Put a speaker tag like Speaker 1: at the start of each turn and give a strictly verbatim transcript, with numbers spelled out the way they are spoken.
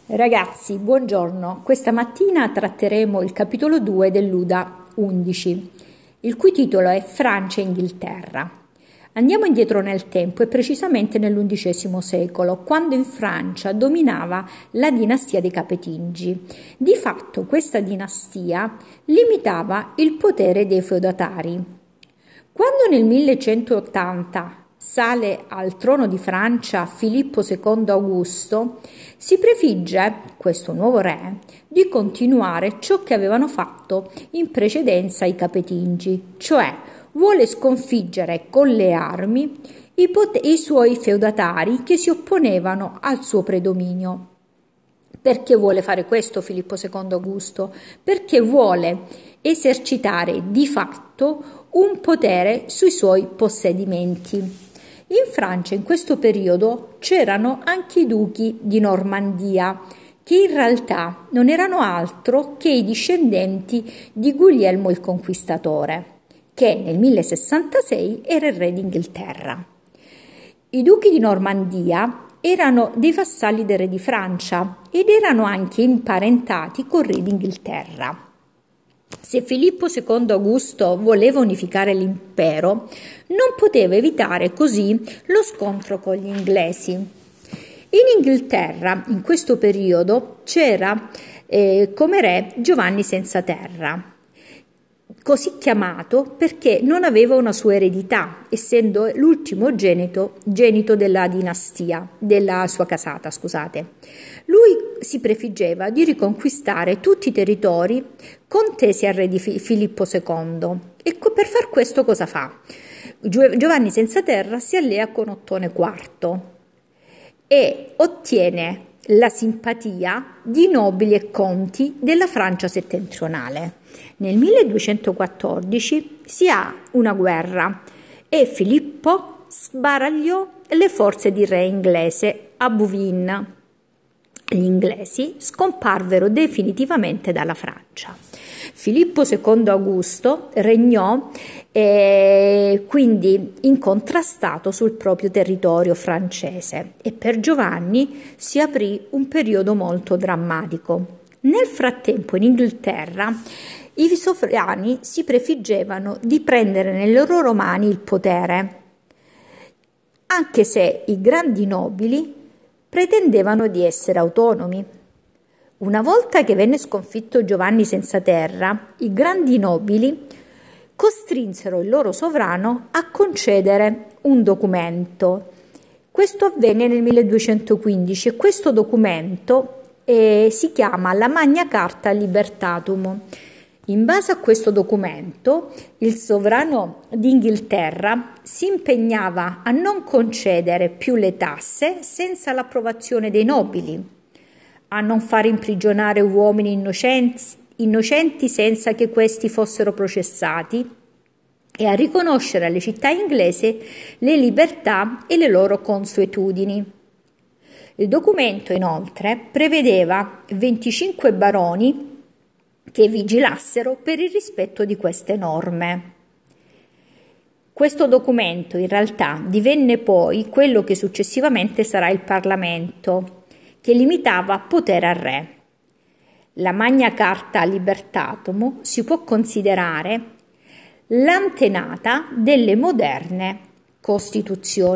Speaker 1: Ragazzi, buongiorno. Questa mattina tratteremo il capitolo due dell'U D A undici, il cui titolo è Francia e Inghilterra. Andiamo indietro nel tempo e precisamente nell'undicesimo secolo, quando in Francia dominava la dinastia dei Capetingi. Di fatto questa dinastia limitava il potere dei feudatari. Quando nel millecentottanta sale al trono di Francia Filippo secondo Augusto, si prefigge, questo nuovo re, di continuare ciò che avevano fatto in precedenza i Capetingi, cioè vuole sconfiggere con le armi i, pot- i suoi feudatari che si opponevano al suo predominio. Perché vuole fare questo Filippo secondo Augusto? Perché vuole esercitare di fatto un potere sui suoi possedimenti. In Francia in questo periodo c'erano anche i duchi di Normandia, che in realtà non erano altro che i discendenti di Guglielmo il Conquistatore, che nel millesessantasei era il re d'Inghilterra. I duchi di Normandia erano dei vassalli del re di Francia ed erano anche imparentati col re d'Inghilterra. Se Filippo secondo Augusto voleva unificare l'impero, non poteva evitare così lo scontro con gli inglesi. In Inghilterra, in questo periodo, c'era eh, come re Giovanni senza terra, così chiamato perché non aveva una sua eredità, essendo l'ultimo genito, genito della dinastia, della sua casata, scusate. Lui si prefiggeva di riconquistare tutti i territori contesi al re di Filippo secondo. E per far questo cosa fa? Giovanni senza terra si allea con Ottone quarto e ottiene la simpatia di nobili e conti della Francia settentrionale. Nel milleduecentoquattordici si ha una guerra e Filippo sbaragliò le forze di re inglese a Bouvines. Gli inglesi scomparvero definitivamente dalla Francia. Filippo secondo Augusto regnò eh, quindi incontrastato sul proprio territorio francese e per Giovanni si aprì un periodo molto drammatico. Nel frattempo in Inghilterra i sovrani si prefiggevano di prendere nelle loro mani il potere, anche se i grandi nobili pretendevano di essere autonomi. Una volta che venne sconfitto Giovanni senza terra, i grandi nobili costrinsero il loro sovrano a concedere un documento. Questo avvenne nel milleduecentoquindici e questo documento eh, si chiama la Magna Carta Libertatum. In base a questo documento, il sovrano d'Inghilterra si impegnava a non concedere più le tasse senza l'approvazione dei nobili, a non fare imprigionare uomini innocenti, innocenti senza che questi fossero processati e a riconoscere alle città inglesi le libertà e le loro consuetudini. Il documento, inoltre, prevedeva venticinque baroni che vigilassero per il rispetto di queste norme. Questo documento in realtà divenne poi quello che successivamente sarà il Parlamento, che limitava potere al re. La Magna Carta Libertatum si può considerare l'antenata delle moderne Costituzioni.